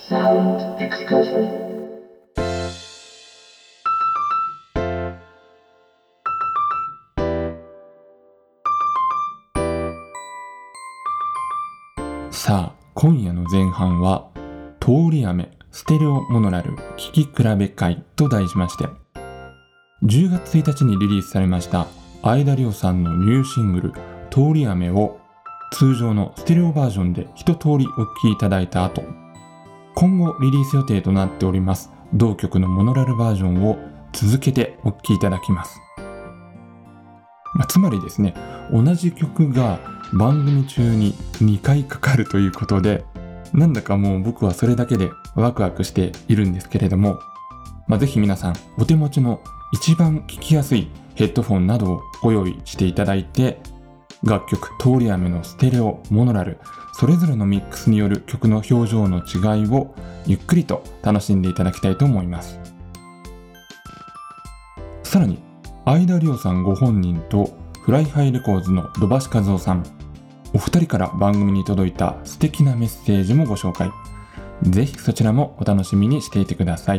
Sound excursion. さあ、今夜の前半は通り雨ステレオモノラル聴き比べ会と題しまして、10月1日にリリースされました相田りおさんのニューシングル通り雨を通常のステレオバージョンで一通りお聴きいただいた後、今後リリース予定となっております同曲のモノラルバージョンを続けてお聴きいただきます。つまりですね、同じ曲が番組中に2回かかるということで、なんだかもう僕はそれだけでワクワクしているんですけれども、ぜひ皆さんお手持ちの一番聴きやすいヘッドフォンなどをご用意していただいて、楽曲通り雨のステレオモノラルそれぞれのミックスによる曲の表情の違いをゆっくりと楽しんでいただきたいと思います。さらに相田りおさんご本人とフライハイレコーズの土橋和夫さん、お二人から番組に届いた素敵なメッセージもご紹介。ぜひそちらもお楽しみにしていてください。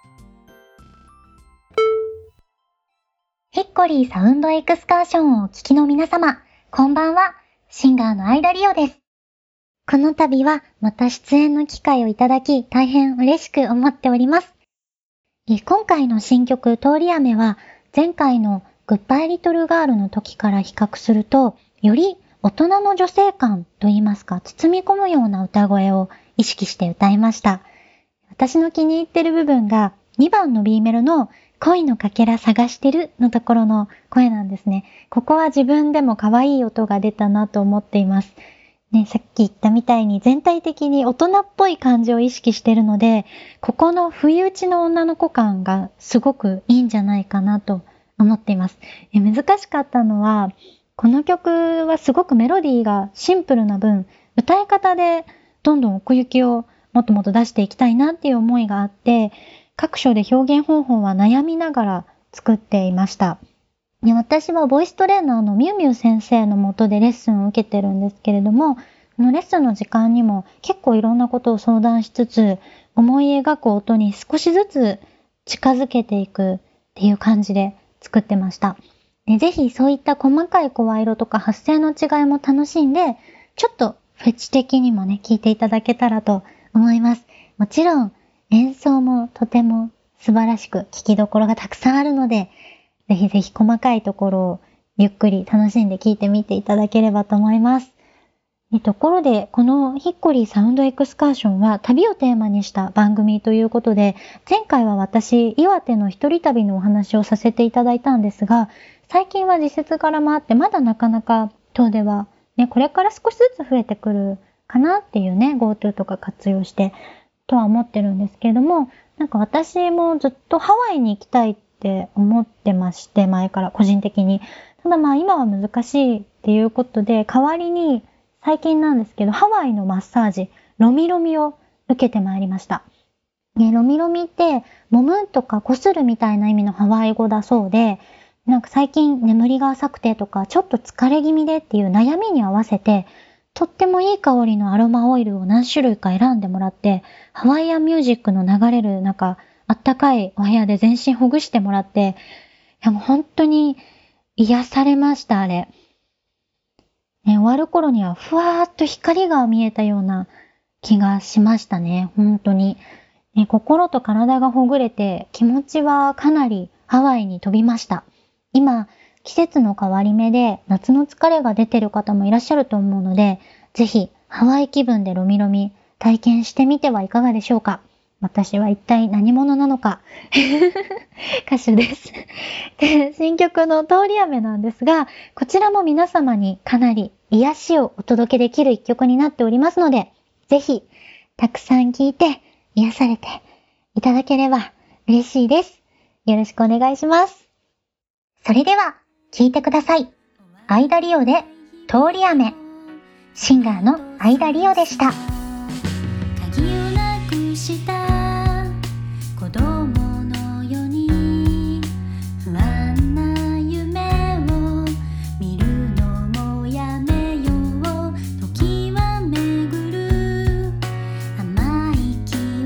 ヒッコリーサウンドエクスカーションをお聞きの皆様、こんばんは。シンガーの相田りおです。この度はまた出演の機会をいただき、大変嬉しく思っております。今回の新曲通り雨は、前回のグッバイリトルガールの時から比較すると、より大人の女性感といいますか、包み込むような歌声を意識して歌いました。私の気に入ってる部分が2番の B メロの恋のかけら探してるのところの声なんですね。ここは自分でも可愛い音が出たなと思っています。ね、さっき言ったみたいに全体的に大人っぽい感じを意識しているので、ここの不意打ちの女の子感がすごくいいんじゃないかなと思っています。難しかったのは、この曲はすごくメロディーがシンプルな分、歌い方でどんどん奥行きをもっともっと出していきたいなっていう思いがあって、各所で表現方法は悩みながら作っていました。私はボイストレーナーのみゅみゅ先生の下でレッスンを受けてるんですけれども、レッスンの時間にも結構いろんなことを相談しつつ、思い描く音に少しずつ近づけていくっていう感じで作ってました。ぜひそういった細かい声色とか発声の違いも楽しんで、ちょっとフェチ的にもね、聴いていただけたらと思います。もちろん演奏もとても素晴らしく聴きどころがたくさんあるので、ぜひぜひ細かいところをゆっくり楽しんで聴いてみていただければと思います。ところで、このヒッコリーサウンドエクスカーションは旅をテーマにした番組ということで、前回は私、岩手の一人旅のお話をさせていただいたんですが、最近は時節柄もあって、まだなかなか当では、これから少しずつ増えてくるかなっていうね、GoTo とか活用して、とは思ってるんですけれども、私もずっとハワイに行きたいって思ってまして、前から個人的に。ただ今は難しいっていうことで、代わりに最近なんですけど、ハワイのマッサージ、ロミロミを受けてまいりました。ロミロミって、揉むとか擦るみたいな意味のハワイ語だそうで、最近眠りが浅くてとか、ちょっと疲れ気味でっていう悩みに合わせて、とってもいい香りのアロマオイルを何種類か選んでもらって、ハワイアンミュージックの流れる中、あったかいお部屋で全身ほぐしてもらって、もう本当に癒されました、あれ。終わる頃にはふわーっと光が見えたような気がしましたね、本当に。心と体がほぐれて、気持ちはかなりハワイに飛びました。今、季節の変わり目で夏の疲れが出てる方もいらっしゃると思うので、ぜひハワイ気分でロミロミ体験してみてはいかがでしょうか。私は一体何者なのか歌手ですで、新曲の通り雨なんですが、こちらも皆様にかなり癒しをお届けできる一曲になっておりますので、ぜひたくさん聴いて癒されていただければ嬉しいです。よろしくお願いします。それでは聴いてください。相田りおで通り雨。シンガーの相田りおでした。 鍵をなくした子供のように不安な夢を見るのもやめよう。時は巡る甘い記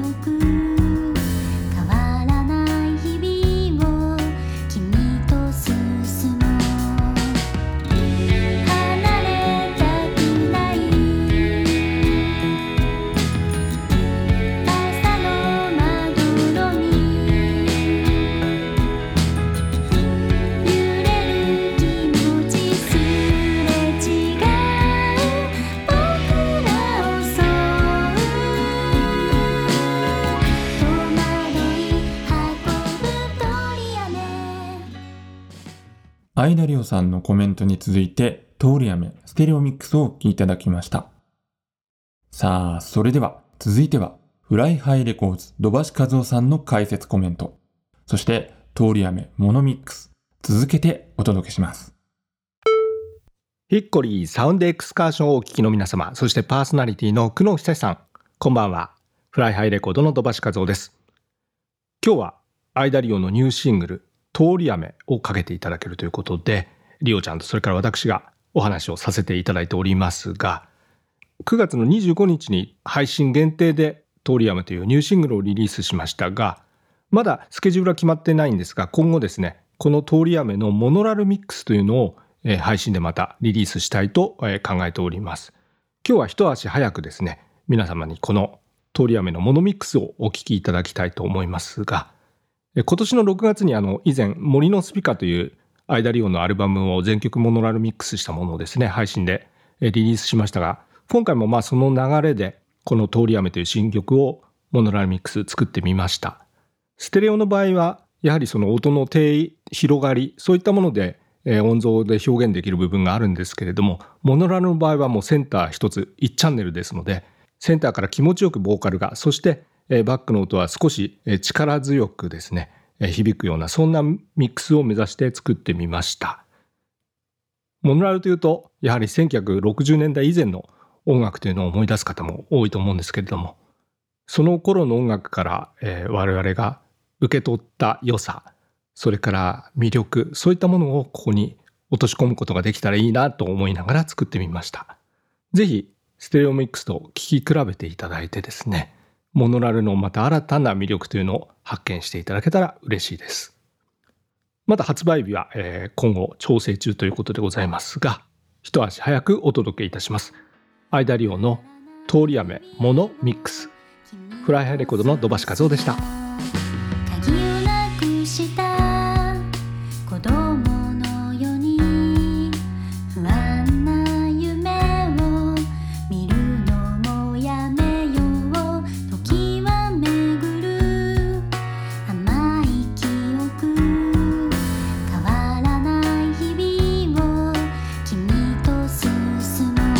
相田理央さんのコメントに続いて通り雨ステレオミックスをお聴きいただきました。さあ、それでは続いてはフライハイレコーズ土橋和夫さんの解説コメント、そして通り雨モノミックス、続けてお届けします。 ヒッコリーサウンドエクスカーションをお聞きの皆様、そしてパーソナリティの久野久志さん、こんばんは。フライハイレコードの土橋和夫です。今日は相田理央のニューシングル通り雨をかけていただけるということで、理央ちゃんとそれから私がお話をさせていただいておりますが、9月の25日に配信限定で通り雨というニューシングルをリリースしましたが、まだスケジュールは決まってないんですが、今後ですね、この通り雨のモノラルミックスというのを配信でまたリリースしたいと考えております。今日は一足早くですね、皆様にこの通り雨のモノミックスをお聞きいただきたいと思いますが、今年の6月に以前森のスピカという相田理央のアルバムを全曲モノラルミックスしたものをですね、配信でリリースしましたが、今回もその流れでこの通り雨という新曲をモノラルミックス作ってみました。ステレオの場合はやはりその音の低広がり、そういったもので音像で表現できる部分があるんですけれども、モノラルの場合はもうセンター一つ1チャンネルですので、センターから気持ちよくボーカルが、そしてバックの音は少し力強くですね響くような、そんなミックスを目指して作ってみました。モノラルというとやはり1960年代以前の音楽というのを思い出す方も多いと思うんですけれども、その頃の音楽から我々が受け取った良さ、それから魅力、そういったものをここに落とし込むことができたらいいなと思いながら作ってみました。ぜひステレオミックスと聴き比べていただいてですね、モノラルのまた新たな魅力というのを発見していただけたら嬉しいです。また発売日は今後調整中ということでございますが、一足早くお届けいたします。相田理央の通り雨モノミックス。フライハイレコードの土橋和夫でした。 鍵をなくした子供のように不安な夢を見るのもやめよう。時は巡る甘い記憶、変わらない日々を君と進もう。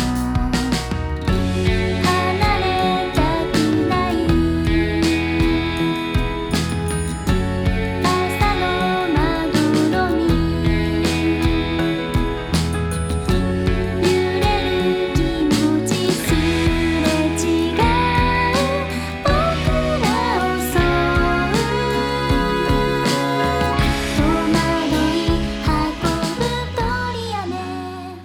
離れたくない朝のまどろみ、揺れる気持ちすれ違う僕らを襲う。戸惑い運ぶ通り雨。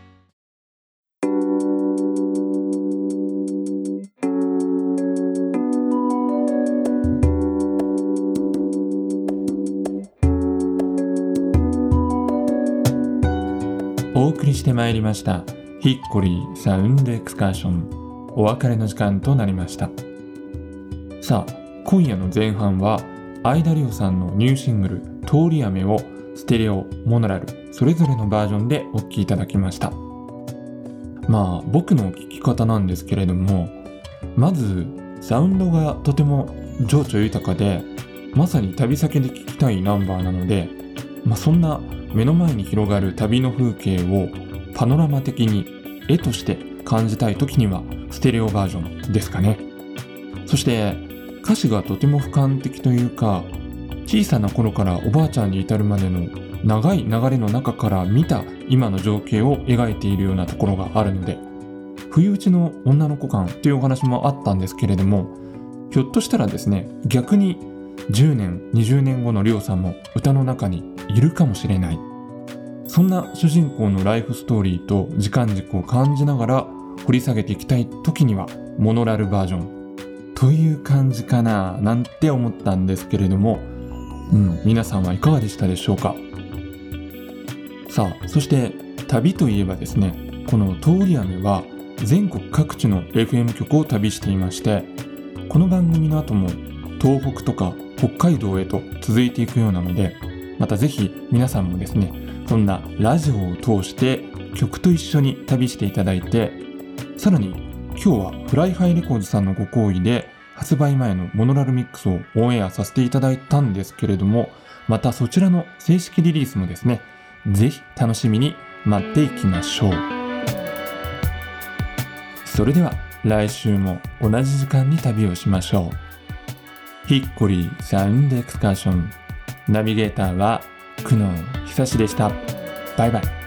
お送りしてまいりましたヒッコリーサウンドエクスカーション、お別れの時間となりました。さあ、今夜の前半は相田理央さんのニューシングル通り雨をステレオモノラルそれぞれのバージョンでお聴きいただきました。僕の聴き方なんですけれども、まずサウンドがとても情緒豊かで、まさに旅先で聴きたいナンバーなので、そんな目の前に広がる旅の風景をパノラマ的に絵として感じたい時にはステレオバージョンですかね。そして歌詞がとても俯瞰的というか、小さな頃からおばあちゃんに至るまでの長い流れの中から見た今の情景を描いているようなところがあるので、不意打ちの女の子感というお話もあったんですけれども、ひょっとしたらですね、逆に10年20年後の理央さんも歌の中にいるかもしれない、そんな主人公のライフストーリーと時間軸を感じながら掘り下げていきたい時にはモノラルバージョンという感じかななんて思ったんですけれども、皆さんはいかがでしたでしょうか。さあ、そして旅といえばですね、この通り雨は全国各地の FM 局を旅していまして、この番組の後も東北とか北海道へと続いていくようなので、またぜひ皆さんもですね、そんなラジオを通して曲と一緒に旅していただいて、さらに今日はフライハイレコーズさんのご好意で発売前のモノラルミックスをオンエアさせていただいたんですけれども、またそちらの正式リリースもですね、 ぜひ楽しみに待っていきましょう。それでは来週も同じ時間に旅をしましょう。ヒッコリーサウンドエクスカーション、ナビゲーターは久野久志でした。バイバイ。